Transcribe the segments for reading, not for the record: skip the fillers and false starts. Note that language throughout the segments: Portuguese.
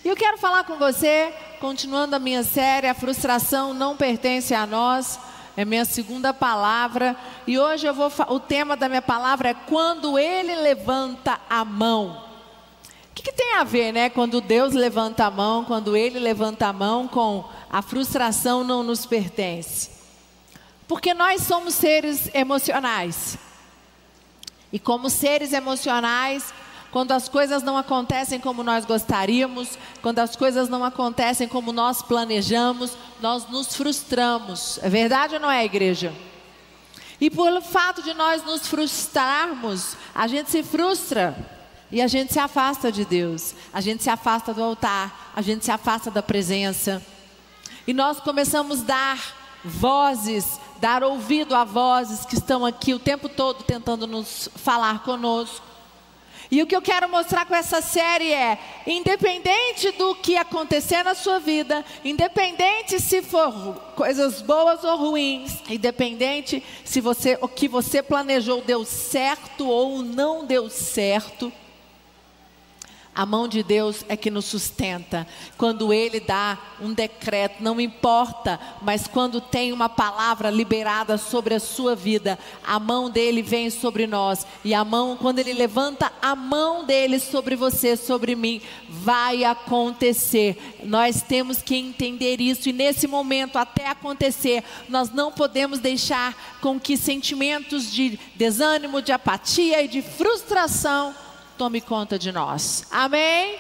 E eu quero falar com você, continuando a minha série, a frustração não pertence a nós. É minha segunda palavra. E hoje o tema da minha palavra é quando Ele levanta a mão. O que tem a ver, né? Quando Deus levanta a mão, quando Ele levanta a mão, com a frustração não nos pertence. Porque nós somos seres emocionais. E como seres emocionais, quando as coisas não acontecem como nós gostaríamos, quando as coisas não acontecem como nós planejamos, nós nos frustramos. É verdade ou não é, igreja? E pelo fato de nós nos frustrarmos, a gente se frustra e a gente se afasta de Deus. A gente se afasta do altar, a gente se afasta da presença. E nós começamos a dar ouvido a vozes que estão aqui o tempo todo tentando nos falar conosco. E o que eu quero mostrar com essa série é, independente do que acontecer na sua vida, independente se for coisas boas ou ruins, independente se o que você planejou deu certo ou não deu certo, a mão de Deus é que nos sustenta. Quando Ele dá um decreto, não importa, mas quando tem uma palavra liberada sobre a sua vida, a mão dEle vem sobre nós. E a mão, quando Ele levanta a mão dEle sobre você, sobre mim, vai acontecer. Nós temos que entender isso. E nesse momento, até acontecer, nós não podemos deixar com que sentimentos de desânimo, de apatia e de frustração tome conta de nós. Amém?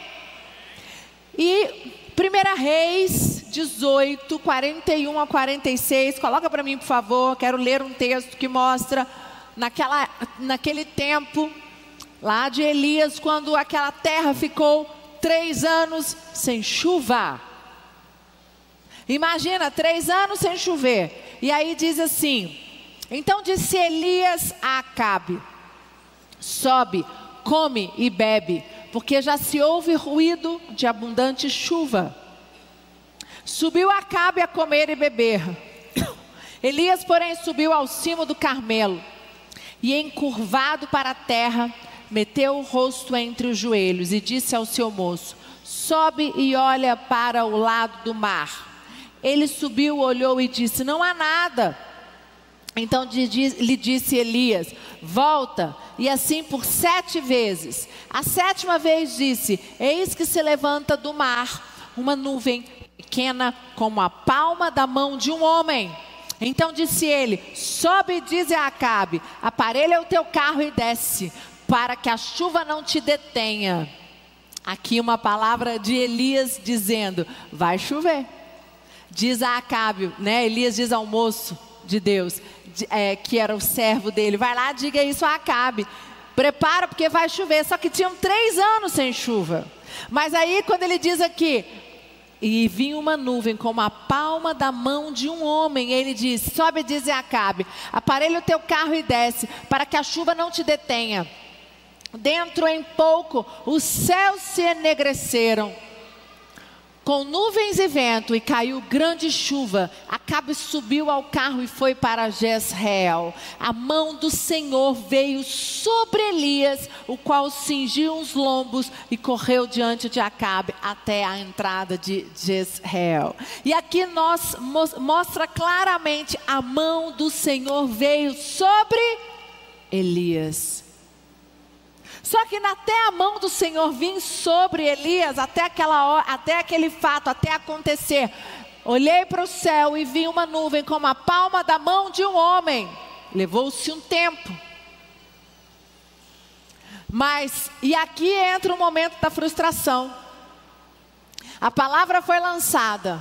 E 1 Reis 18, 41 a 46. Coloca para mim, por favor. Quero ler um texto que mostra naquele tempo lá de Elias, quando aquela terra ficou 3 anos sem chuva. Imagina, 3 anos sem chover. E aí diz assim: então disse Elias a Acabe: sobe, come e bebe, porque já se ouve ruído de abundante chuva. Subiu Acabe a comer e beber. Elias, porém, subiu ao cimo do Carmelo e, encurvado para a terra, meteu o rosto entre os joelhos e disse ao seu moço: sobe e olha para o lado do mar. Ele subiu, olhou e disse: não há nada. Então lhe disse Elias: volta, e assim por 7 vezes. A 7ª vez disse: eis que se levanta do mar uma nuvem pequena como a palma da mão de um homem. Então disse ele: sobe e diz a Acabe: aparelha o teu carro e desce, para que a chuva não te detenha. Aqui uma palavra de Elias dizendo: vai chover. Diz a Acabe, né? Elias diz ao moço de Deus, que era o servo dele: vai lá, diga isso a Acabe, prepara porque vai chover. Só que tinham 3 anos sem chuva. Mas aí quando ele diz aqui: e vinha uma nuvem como a palma da mão de um homem, ele diz: sobe e diz a Acabe: aparelha o teu carro e desce, para que a chuva não te detenha. Dentro em pouco os céus se enegreceram com nuvens e vento, e caiu grande chuva. Acabe subiu ao carro e foi para Jezreel. A mão do Senhor veio sobre Elias, o qual cingiu os lombos e correu diante de Acabe até a entrada de Jezreel. E aqui mostra claramente: a mão do Senhor veio sobre Elias. Só que até a mão do Senhor vir sobre Elias, até aquela hora, até aquele fato, até acontecer, olhei para o céu e vi uma nuvem como a palma da mão de um homem. Levou-se um tempo. E aqui entra o momento da frustração. A palavra foi lançada: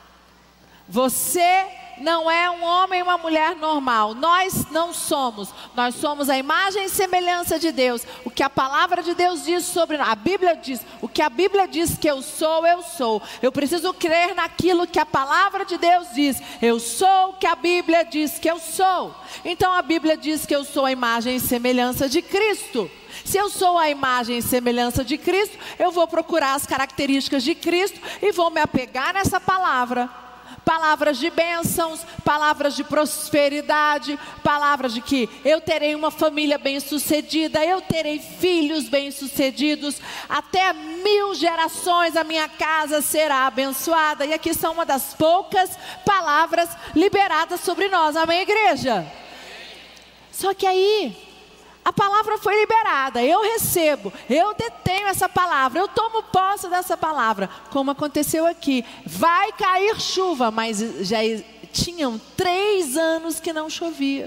você não é um homem e uma mulher normal. Nós não somos. Nós somos a imagem e semelhança de Deus. O que a palavra de Deus diz sobre nós, a Bíblia diz, o que a Bíblia diz que eu sou, eu sou. Eu preciso crer naquilo que a palavra de Deus diz. Eu sou o que a Bíblia diz que eu sou. Então a Bíblia diz que eu sou a imagem e semelhança de Cristo. Se eu sou a imagem e semelhança de Cristo, eu vou procurar as características de Cristo e vou me apegar nessa palavra palavras de bênçãos, palavras de prosperidade, palavras de que eu terei uma família bem-sucedida, eu terei filhos bem-sucedidos, até 1000 gerações a minha casa será abençoada. E aqui são uma das poucas palavras liberadas sobre nós, amém, igreja? Só que aí, a palavra foi liberada, eu recebo, eu detenho essa palavra, eu tomo posse dessa palavra, como aconteceu aqui. Vai cair chuva, mas já tinham 3 anos que não chovia.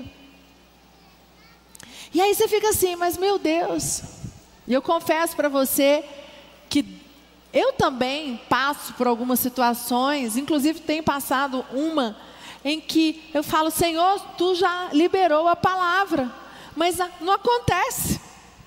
E aí você fica assim, mas meu Deus, e eu confesso para você que eu também passo por algumas situações, inclusive tenho passado uma em que eu falo, Senhor, Tu já liberou a palavra, mas não acontece.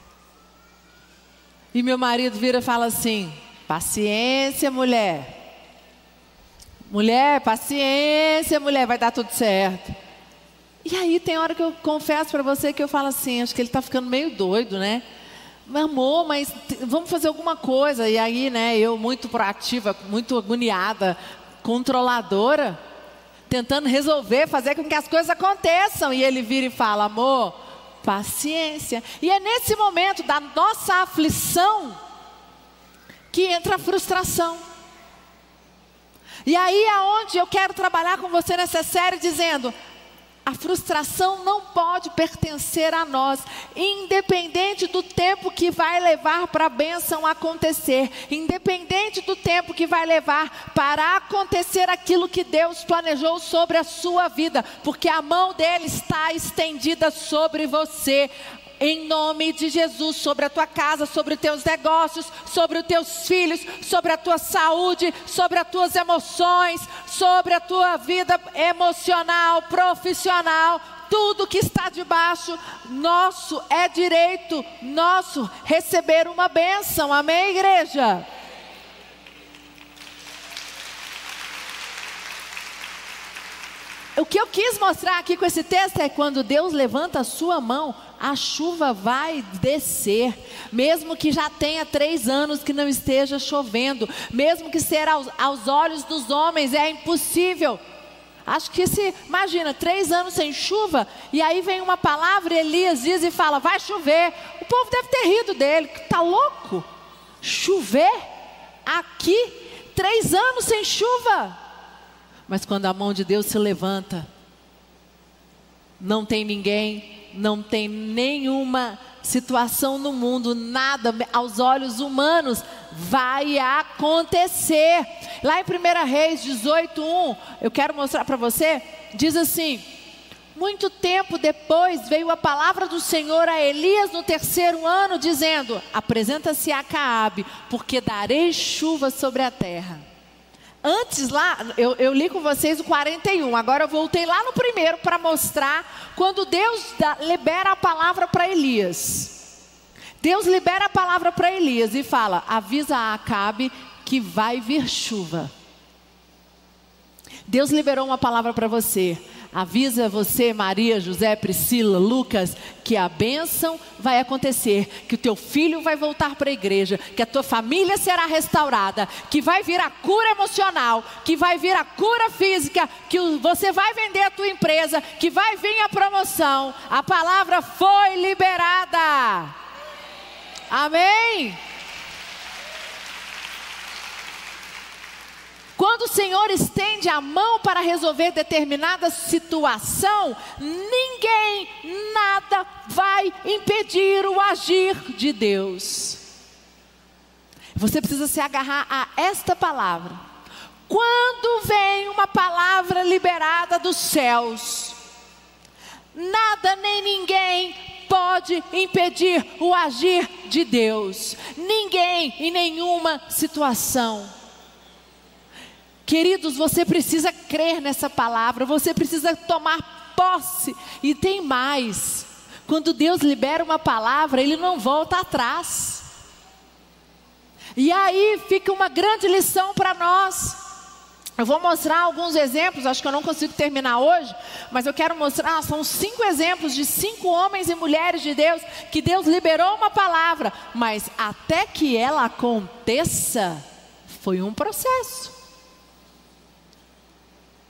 E meu marido vira e fala assim, paciência, mulher. Mulher, paciência, mulher, vai dar tudo certo. E aí tem hora que eu confesso para você que eu falo assim, acho que ele está ficando meio doido, né? Amor, mas vamos fazer alguma coisa. E aí, né, eu muito proativa, muito agoniada, controladora, tentando resolver, fazer com que as coisas aconteçam. E ele vira e fala, amor, paciência. E é nesse momento da nossa aflição que entra a frustração. E aí é onde eu quero trabalhar com você nessa série, dizendo, a frustração não pode pertencer a nós, independente do tempo que vai levar para a bênção acontecer, independente do tempo que vai levar para acontecer aquilo que Deus planejou sobre a sua vida, porque a mão dele está estendida sobre você. Em nome de Jesus, sobre a tua casa, sobre os teus negócios, sobre os teus filhos, sobre a tua saúde, sobre as tuas emoções, sobre a tua vida emocional, profissional, tudo que está debaixo nosso, é direito nosso receber uma bênção, amém, igreja? O que eu quis mostrar aqui com esse texto é quando Deus levanta a sua mão, a chuva vai descer, mesmo que já tenha 3 anos que não esteja chovendo, mesmo que seja aos olhos dos homens, é impossível. Acho que imagina, 3 anos sem chuva, e aí vem uma palavra, Elias diz e fala, vai chover. O povo deve ter rido dele, tá louco? Chover? Aqui, 3 anos sem chuva. Mas quando a mão de Deus se levanta, não tem ninguém, não tem nenhuma situação no mundo, nada aos olhos humanos vai acontecer. Lá em 1 Reis 18:1, eu quero mostrar para você, diz assim, muito tempo depois veio a palavra do Senhor a Elias no 3º ano, dizendo, apresenta-se a Acabe, porque darei chuva sobre a terra. Antes lá, eu li com vocês o 41, agora eu voltei lá no 1º para mostrar quando Deus libera a palavra para Elias. Deus libera a palavra para Elias e fala, avisa a Acabe que vai vir chuva. Deus liberou uma palavra para você. Avisa você, Maria, José, Priscila, Lucas, que a bênção vai acontecer, que o teu filho vai voltar para a igreja, que a tua família será restaurada, que vai vir a cura emocional, que vai vir a cura física, que você vai vender a tua empresa, que vai vir a promoção. A palavra foi liberada. Amém? Quando o Senhor estende a mão para resolver determinada situação, ninguém, nada vai impedir o agir de Deus. Você precisa se agarrar a esta palavra. Quando vem uma palavra liberada dos céus, nada nem ninguém pode impedir o agir de Deus. Ninguém em nenhuma situação. Queridos, você precisa crer nessa palavra, você precisa tomar posse. E tem mais, quando Deus libera uma palavra, Ele não volta atrás. E aí fica uma grande lição para nós. Eu vou mostrar alguns exemplos, acho que eu não consigo terminar hoje, mas eu quero mostrar, são 5 exemplos de 5 homens e mulheres de Deus, que Deus liberou uma palavra, mas até que ela aconteça, foi um processo.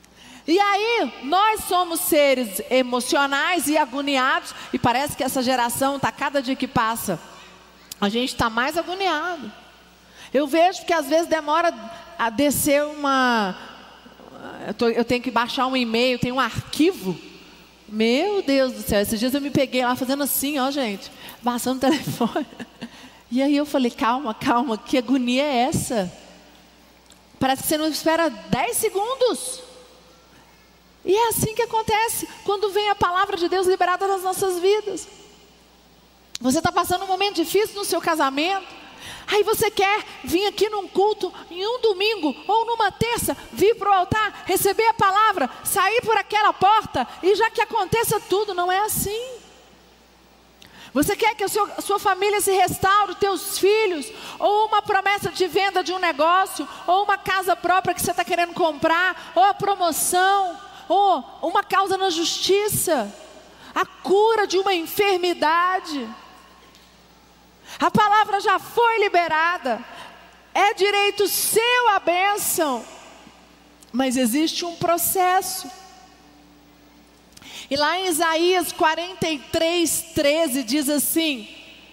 E aí, nós somos seres emocionais e agoniados, e parece que essa geração está, cada dia que passa, a gente está mais agoniado. Eu vejo que às vezes demora a descer eu tenho que baixar um e-mail, tem um arquivo. Meu Deus do céu, esses dias eu me peguei lá fazendo assim, ó gente, baixando o telefone. E aí eu falei, calma, que agonia é essa? Parece que você não espera 10 segundos. E é assim que acontece quando vem a palavra de Deus liberada nas nossas vidas. Você está passando um momento difícil no seu casamento, aí você quer vir aqui num culto, em um domingo ou numa terça, vir para o altar, receber a palavra, sair por aquela porta e já que aconteça tudo. Não é assim. Você quer que a sua família se restaure, os teus filhos, ou uma promessa de venda de um negócio, ou uma casa própria que você está querendo comprar, ou a promoção, ou uma causa na justiça, a cura de uma enfermidade. A palavra já foi liberada, é direito seu a bênção, mas existe um processo. E lá em Isaías 43:13 diz assim: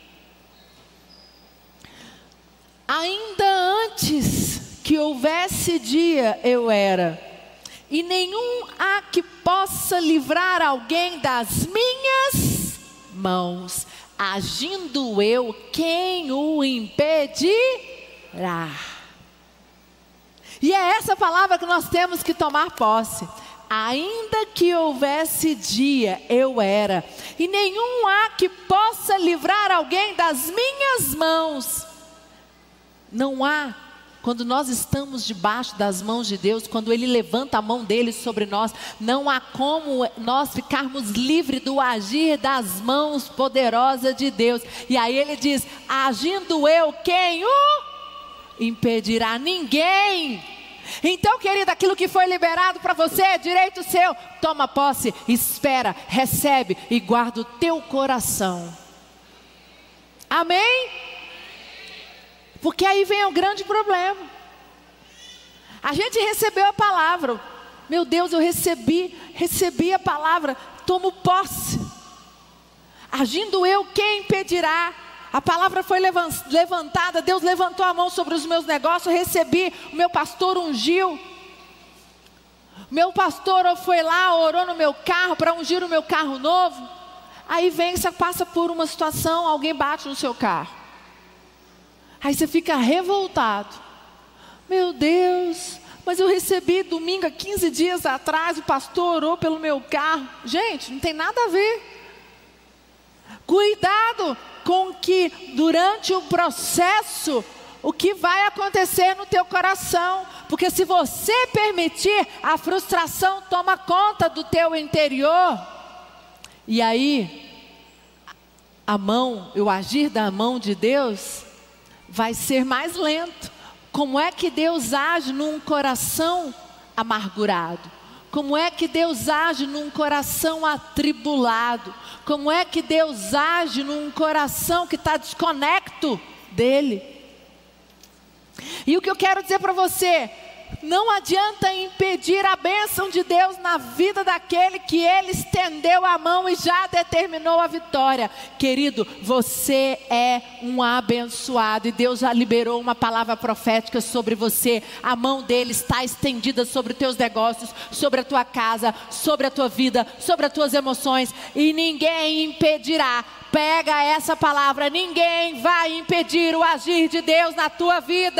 ainda antes que houvesse dia eu era, e nenhum há que possa livrar alguém das minhas mãos. Agindo eu, quem o impedirá? E é essa palavra que nós temos que tomar posse. Ainda que houvesse dia, eu era, e nenhum há que possa livrar alguém das minhas mãos. Não há. Quando nós estamos debaixo das mãos de Deus, quando Ele levanta a mão dele sobre nós, não há como nós ficarmos livres do agir das mãos poderosas de Deus. E aí Ele diz: agindo eu, quem o impedirá? Ninguém. Então, querida, aquilo que foi liberado para você é direito seu. Toma posse, espera, recebe e guarda o teu coração. Amém? Porque aí vem o grande problema. A gente recebeu a palavra. Meu Deus, eu recebi a palavra, tomo posse. Agindo eu, quem impedirá? A palavra foi levantada, Deus levantou a mão sobre os meus negócios, eu recebi, o meu pastor ungiu. Meu pastor foi lá, orou no meu carro para ungir o meu carro novo. Aí você passa por uma situação, alguém bate no seu carro. Aí você fica revoltado. Meu Deus, mas eu recebi domingo, 15 dias atrás, o pastor orou pelo meu carro. Gente, não tem nada a ver. Cuidado com que durante o processo, o que vai acontecer no teu coração. Porque se você permitir, a frustração toma conta do teu interior. E aí, o agir da mão de Deus vai ser mais lento. Como é que Deus age num coração amargurado? Como é que Deus age num coração atribulado? Como é que Deus age num coração que está desconecto dEle? E o que eu quero dizer para você, não adianta impedir a bênção de Deus na vida daquele que Ele estendeu a mão e já determinou a vitória. Querido, você é um abençoado e Deus já liberou uma palavra profética sobre você. A mão dEle está estendida sobre os teus negócios, sobre a tua casa, sobre a tua vida, sobre as tuas emoções, e ninguém impedirá. Pega essa palavra, ninguém vai impedir o agir de Deus na tua vida.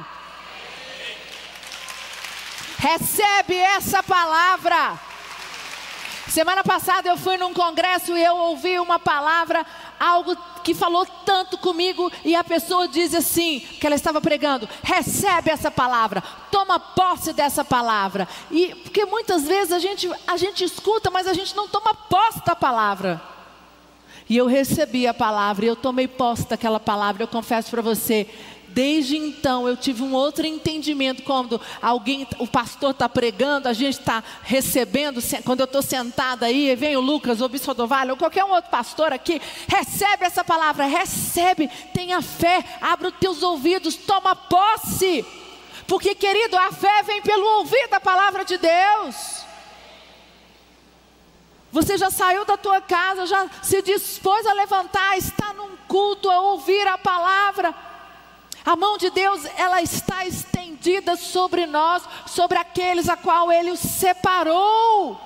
Recebe essa palavra. Semana passada eu fui num congresso e eu ouvi uma palavra, algo que falou tanto comigo, e a pessoa diz assim, que ela estava pregando: recebe essa palavra, toma posse dessa palavra. E porque muitas vezes a gente escuta, mas a gente não toma posse da palavra. E eu recebi a palavra, e eu tomei posse daquela palavra. Eu confesso para você, desde então eu tive um outro entendimento. Quando o pastor está pregando, a gente está recebendo, quando eu estou sentada aí, vem o Lucas, o Bispo Dovalho, ou qualquer um outro pastor aqui, recebe essa palavra, recebe, tenha fé, abre os teus ouvidos, toma posse. Porque, querido, a fé vem pelo ouvir da palavra de Deus. Você já saiu da tua casa, já se dispôs a levantar, está num culto, a ouvir a palavra. A mão de Deus, ela está estendida sobre nós, sobre aqueles a qual Ele os separou.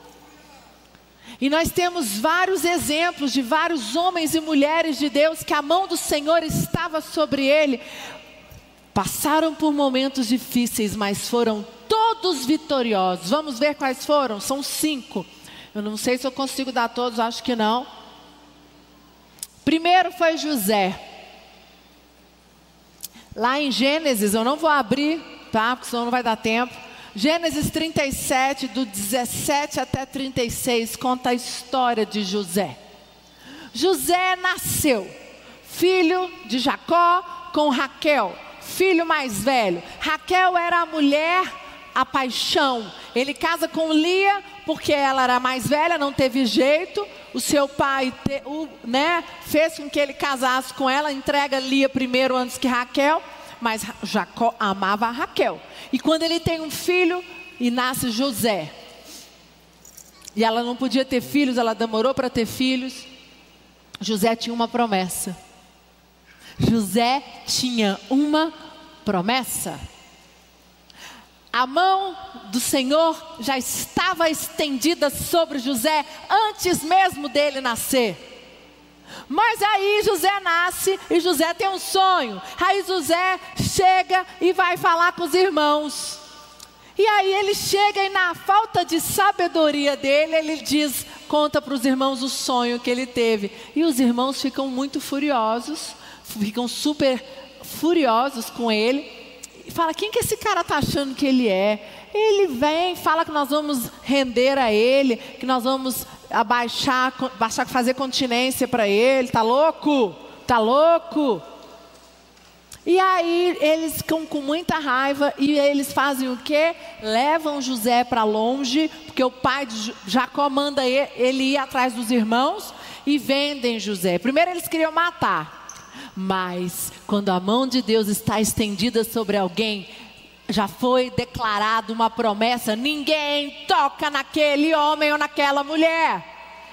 E nós temos vários exemplos de vários homens e mulheres de Deus que a mão do Senhor estava sobre ele. Passaram por momentos difíceis, mas foram todos vitoriosos. Vamos ver quais foram? São 5. Eu não sei se eu consigo dar todos, acho que não. Primeiro foi José. Lá em Gênesis, eu não vou abrir, tá? Porque senão não vai dar tempo. Gênesis 37, do 17 até 36, conta a história de José. José nasceu, filho de Jacó com Raquel, filho mais velho. Raquel era a mulher, a paixão. Ele casa com Lia, porque ela era mais velha, não teve jeito. O seu pai fez com que ele casasse com ela, entrega Lia primeiro antes que Raquel. Mas Jacó amava a Raquel. E quando ele tem um filho, e nasce José. E ela não podia ter filhos, ela demorou para ter filhos. José tinha uma promessa. José tinha uma promessa. A mão do Senhor já estava estendida sobre José antes mesmo dele nascer. Mas aí José nasce e José tem um sonho. Aí José chega e vai falar com os irmãos. E aí ele chega e na falta de sabedoria dele, ele conta para os irmãos o sonho que ele teve. E os irmãos ficam muito furiosos, ficam super furiosos com ele. E fala, quem que esse cara está achando que ele é? Ele vem, fala que nós vamos render a ele, que nós vamos fazer continência para ele. Tá louco? Tá louco? E aí eles ficam com muita raiva e eles fazem o quê? Levam José para longe, porque o pai de Jacó manda ele ir atrás dos irmãos e vendem José. Primeiro eles queriam matar, mas quando a mão de Deus está estendida sobre alguém, já foi declarada uma promessa: ninguém toca naquele homem ou naquela mulher.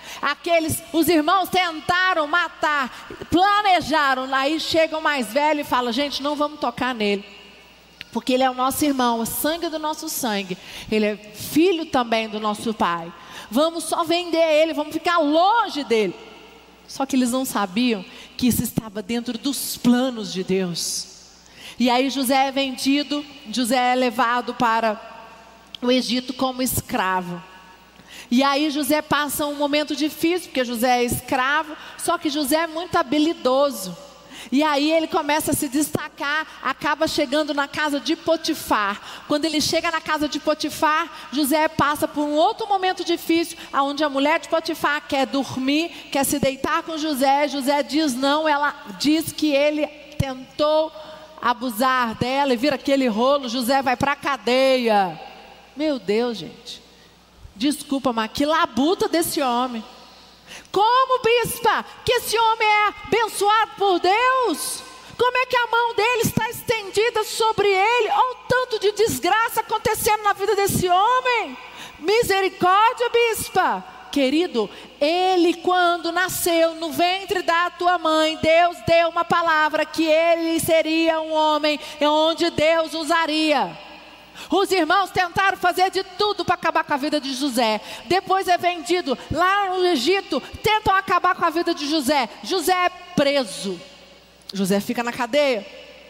Os irmãos tentaram matar, planejaram, aí chegam mais velho e falam, gente, não vamos tocar nele, porque ele é o nosso irmão, o sangue do nosso sangue, ele é filho também do nosso pai, vamos só vender ele, vamos ficar longe dele. Só que eles não sabiam que isso estava dentro dos planos de Deus. E aí José é vendido, José é levado para o Egito como escravo. E aí José passa um momento difícil, porque José é escravo, só que José é muito habilidoso. E aí ele começa a se destacar, acaba chegando na casa de Potifar. Quando ele chega na casa de Potifar, José passa por um outro momento difícil, onde a mulher de Potifar quer dormir, quer se deitar com José. José diz não, ela diz que ele tentou abusar dela e vira aquele rolo. José vai para a cadeia. Meu Deus, gente. Desculpa, mas que labuta desse homem. Como, bispa, que esse homem é abençoado por Deus? Como é que a mão dele está estendida sobre ele? Olha o tanto de desgraça acontecendo na vida desse homem. Misericórdia, bispa. Querido, ele quando nasceu no ventre da tua mãe, Deus deu uma palavra que ele seria um homem onde Deus usaria. Os irmãos tentaram fazer de tudo para acabar com a vida de José. Depois é vendido lá no Egito, tentam acabar com a vida de José. José é preso, José fica na cadeia.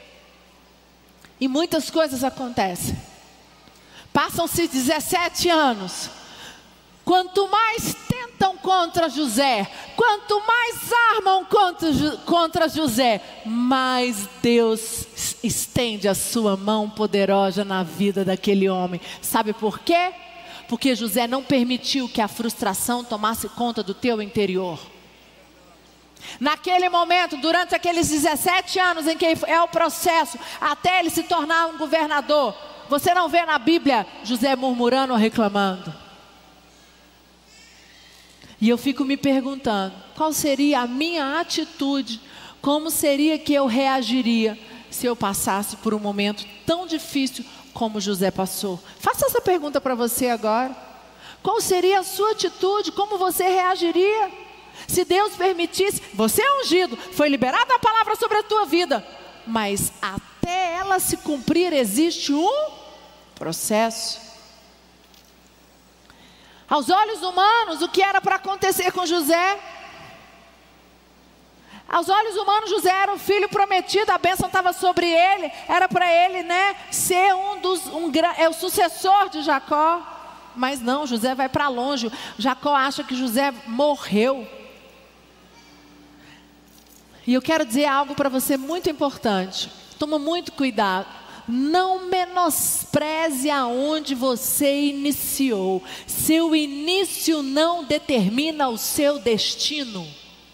E muitas coisas acontecem. Passam-se 17 anos. Quanto mais tentam contra José, quanto mais armam contra José, mais Deus estende a sua mão poderosa na vida daquele homem. Sabe por quê? Porque José não permitiu que a frustração tomasse conta do teu interior. Naquele momento, durante aqueles 17 anos em que é o processo, até ele se tornar um governador, você não vê na Bíblia José murmurando ou reclamando. E eu fico me perguntando, qual seria a minha atitude, como seria que eu reagiria se eu passasse por um momento tão difícil como José passou? Faça essa pergunta para você agora. Qual seria a sua atitude? Como você reagiria? Se Deus permitisse, você é ungido, foi liberada a palavra sobre a tua vida, mas até ela se cumprir existe um processo. Aos olhos humanos, o que era para acontecer com José? Aos olhos humanos, José era o filho prometido, a bênção estava sobre ele, era para ele, ser o sucessor de Jacó. Mas não, José vai para longe. Jacó acha que José morreu. E eu quero dizer algo para você muito importante. Toma muito cuidado. Não menospreze aonde você iniciou. Seu início não determina o seu destino.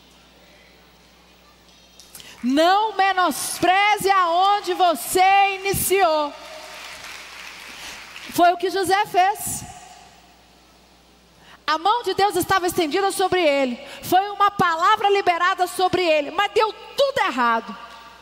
Não menospreze aonde você iniciou. Foi o que José fez. A mão de Deus estava estendida sobre ele. Foi uma palavra liberada sobre ele. Mas deu tudo errado.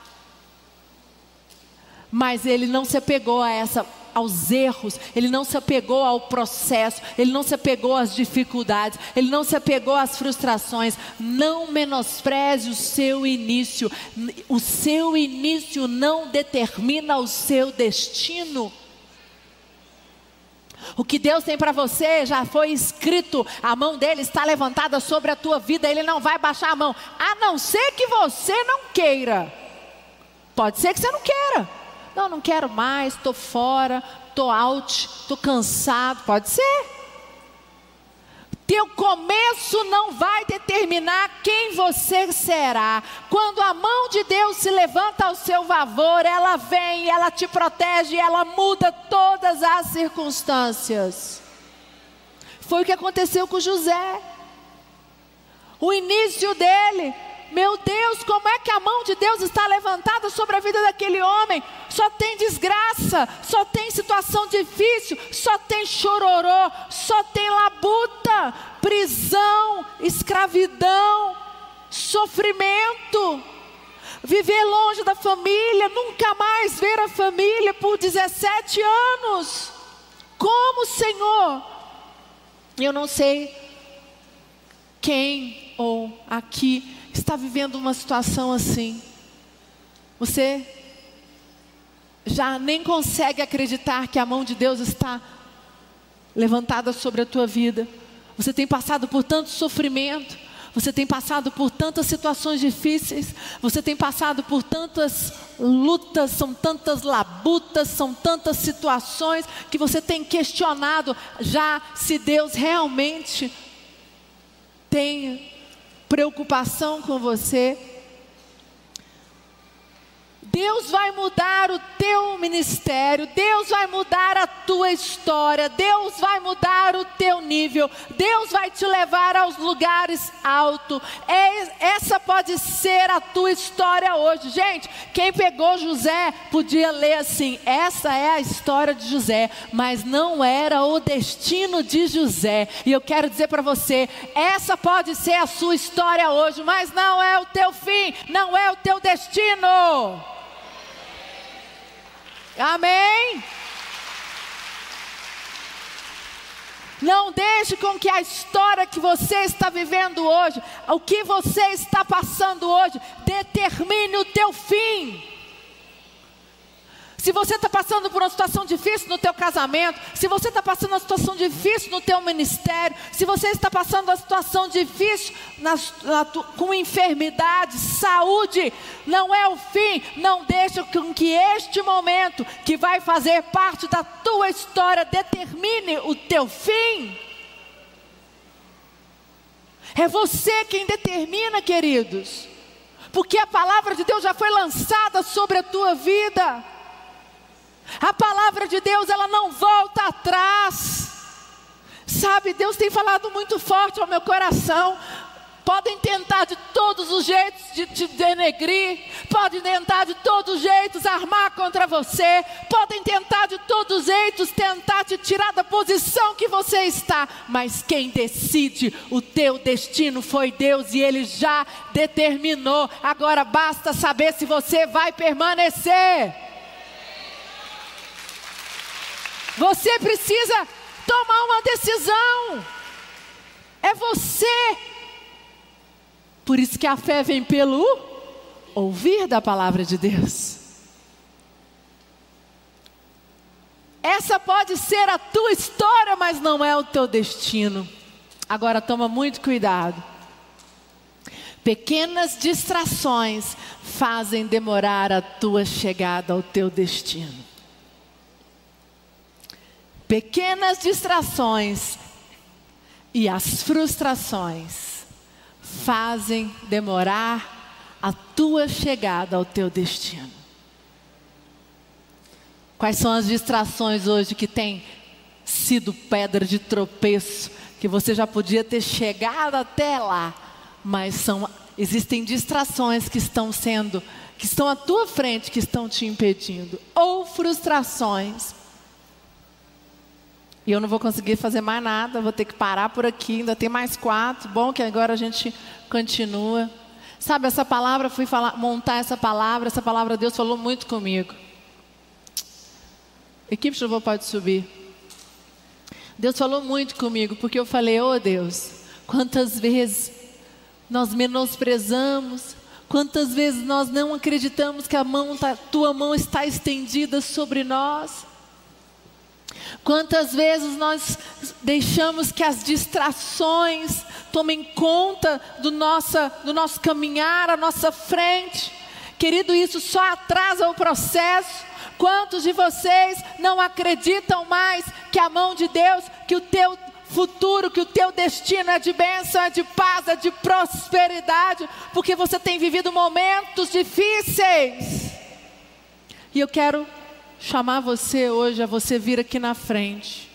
Mas ele não se apegou aos erros. Ele não se apegou ao processo. Ele não se apegou às dificuldades. Ele não se apegou às frustrações. Não menospreze o seu início. O seu início não determina o seu destino. O que Deus tem para você já foi escrito. A mão dele está levantada sobre a tua vida. Ele não vai baixar a mão, a não ser que você não queira. Pode ser que você não queira. Não quero mais, estou fora, estou out, estou cansado. Pode ser. Teu começo não vai determinar quem você será. Quando a mão de Deus se levanta ao seu favor, ela vem, ela te protege, ela muda todas as circunstâncias. Foi o que aconteceu com José. O início dele, meu Deus, como é que a mão de Deus está levantada sobre a vida daquele homem? Só tem desgraça, só tem situação difícil, só tem chororô, só tem labuta, prisão, escravidão, sofrimento, viver longe da família, nunca mais ver a família por 17 anos. Como, Senhor? Eu não sei quem ou aqui está vivendo uma situação assim. Você já nem consegue acreditar que a mão de Deus está levantada sobre a tua vida. Você tem passado por tanto sofrimento. Você tem passado por tantas situações difíceis. Você tem passado por tantas lutas, são tantas labutas, são tantas situações que você tem questionado já se Deus realmente tem preocupação com você. Deus vai mudar o teu ministério, Deus vai mudar a tua história, Deus vai mudar o teu nível, Deus vai te levar aos lugares altos. Essa pode ser a tua história hoje. Gente, quem pegou José podia ler assim: essa é a história de José, mas não era o destino de José. E eu quero dizer para você, essa pode ser a sua história hoje, mas não é o teu fim, não é o teu destino. Amém? Não deixe com que a história que você está vivendo hoje, o que você está passando hoje, determine o teu fim. Se você está passando por uma situação difícil no teu casamento, se você está passando uma situação difícil no teu ministério, se você está passando uma situação difícil com enfermidade, saúde, não é o fim. Não deixe com que este momento, que vai fazer parte da tua história, determine o teu fim. É você quem determina, queridos, porque a palavra de Deus já foi lançada sobre a tua vida. A palavra de Deus, ela não volta atrás. Sabe, Deus tem falado muito forte ao meu coração. Podem tentar de todos os jeitos de te denegrir, podem tentar de todos os jeitos armar contra você, podem tentar de todos os jeitos tentar te tirar da posição que você está, mas quem decide o teu destino foi Deus, e Ele já determinou. Agora basta saber se você vai permanecer. Você precisa tomar uma decisão. É você. Por isso que a fé vem pelo ouvir da palavra de Deus. Essa pode ser a tua história, mas não é o teu destino. Agora toma muito cuidado. Pequenas distrações fazem demorar a tua chegada ao teu destino. Pequenas distrações e as frustrações fazem demorar a tua chegada ao teu destino. Quais são as distrações hoje que têm sido pedra de tropeço, que você já podia ter chegado até lá, mas existem distrações que estão à tua frente, que estão te impedindo, ou frustrações. E eu não vou conseguir fazer mais nada, vou ter que parar por aqui, ainda tem mais 4, bom que agora a gente continua. Sabe, essa palavra, montar essa palavra Deus falou muito comigo. Equipe de louvor pode subir. Deus falou muito comigo, porque eu falei, oh Deus, quantas vezes nós menosprezamos, quantas vezes nós não acreditamos que tua mão está estendida sobre nós. Quantas vezes nós deixamos que as distrações tomem conta do nosso caminhar à nossa frente. Querido, isso só atrasa o processo. Quantos de vocês não acreditam mais que a mão de Deus, que o teu futuro, que o teu destino é de bênção, é de paz, é de prosperidade, porque você tem vivido momentos difíceis? E eu quero chamar você hoje a você vir aqui na frente.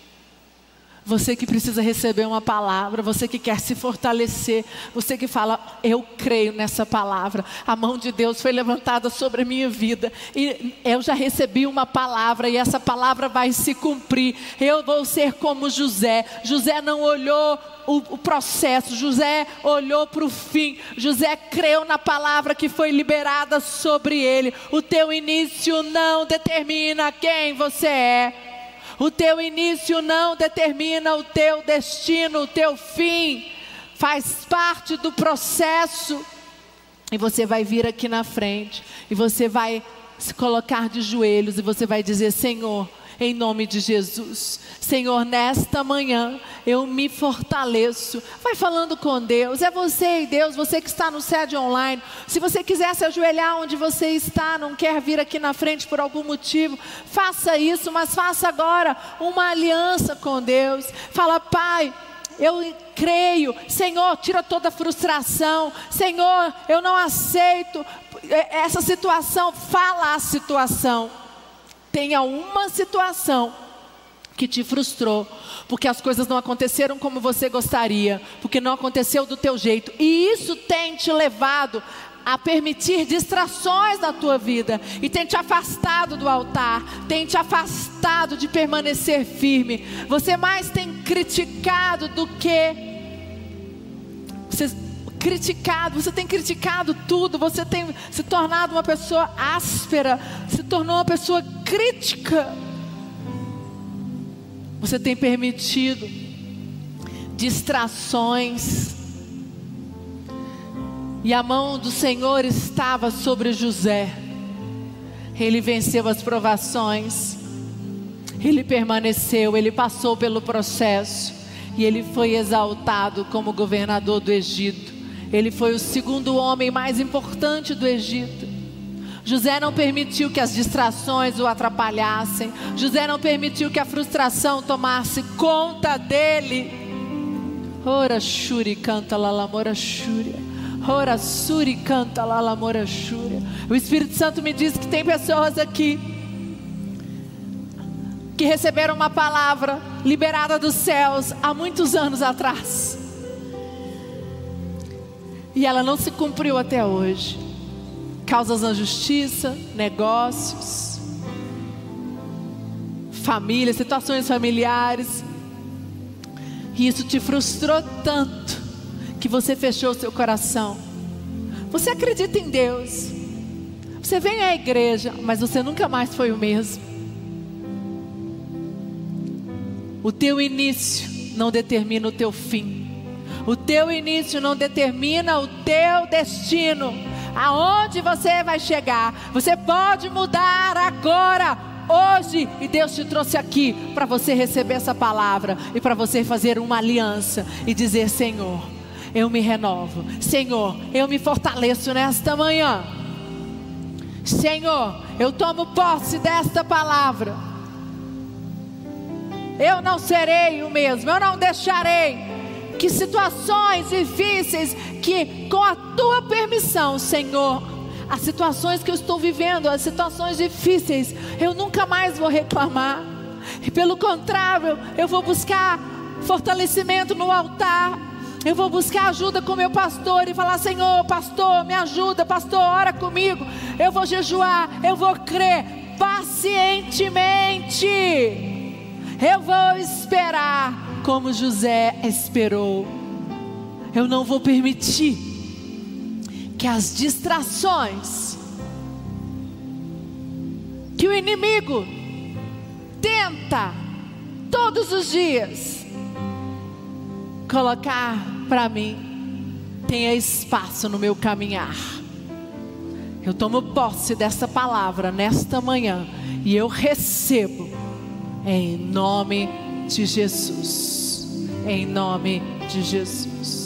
Você que precisa receber uma palavra, você que quer se fortalecer, você que fala, eu creio nessa palavra, a mão de Deus foi levantada sobre a minha vida, e eu já recebi uma palavra, e essa palavra vai se cumprir. Eu vou ser como José. José não olhou o processo, José olhou para o fim. José creu na palavra que foi liberada sobre ele. O teu início não determina quem você é. O teu início não determina o teu destino, o teu fim. Faz parte do processo. E você vai vir aqui na frente, e você vai se colocar de joelhos, e você vai dizer, Senhor, em nome de Jesus, Senhor, nesta manhã eu me fortaleço. Vai falando com Deus, é você e Deus, você que está no sede online. Se você quiser se ajoelhar onde você está, não quer vir aqui na frente por algum motivo, faça isso, mas faça agora uma aliança com Deus. Fala, Pai, eu creio, Senhor, tira toda a frustração. Senhor, eu não aceito essa situação. Fala a situação. Tenha uma situação que te frustrou, porque as coisas não aconteceram como você gostaria, porque não aconteceu do teu jeito, e isso tem te levado a permitir distrações na tua vida, e tem te afastado do altar, tem te afastado de permanecer firme. Você mais tem criticado do que você tem criticado tudo, você tem se tornado uma pessoa áspera, se tornou uma pessoa crítica. Você tem permitido distrações. E a mão do Senhor estava sobre José. Ele venceu as provações, ele permaneceu, ele passou pelo processo, e ele foi exaltado como governador do Egito. Ele foi o segundo homem mais importante do Egito. José não permitiu que as distrações o atrapalhassem. José não permitiu que a frustração tomasse conta dele. Ora shuri canta lalamora shúria. Ora suri canta lalamora shúria. O Espírito Santo me diz que tem pessoas aqui que receberam uma palavra liberada dos céus há muitos anos atrás, e ela não se cumpriu até hoje. Causas na justiça, negócios, família, situações familiares. E isso te frustrou tanto que você fechou o seu coração. Você acredita em Deus, você vem à igreja, mas você nunca mais foi o mesmo. O teu início não determina o teu fim. O teu início não determina o teu destino. Aonde você vai chegar? Você pode mudar agora, hoje. E Deus te trouxe aqui para você receber essa palavra e para você fazer uma aliança e dizer: Senhor, eu me renovo. Senhor, eu me fortaleço nesta manhã. Senhor, eu tomo posse desta palavra. Eu não serei o mesmo, eu não deixarei que situações difíceis, que com a tua permissão, Senhor, as situações que eu estou vivendo, as situações difíceis, eu nunca mais vou reclamar. E pelo contrário, eu vou buscar fortalecimento no altar. Eu vou buscar ajuda com meu pastor e falar: Senhor, pastor, me ajuda, pastor, ora comigo. Eu vou jejuar, eu vou crer pacientemente. Eu vou esperar como José esperou. Eu não vou permitir que as distrações que o inimigo tenta todos os dias colocar para mim tenha espaço no meu caminhar. Eu tomo posse dessa palavra nesta manhã e eu recebo em nome de Jesus. Em nome de Jesus.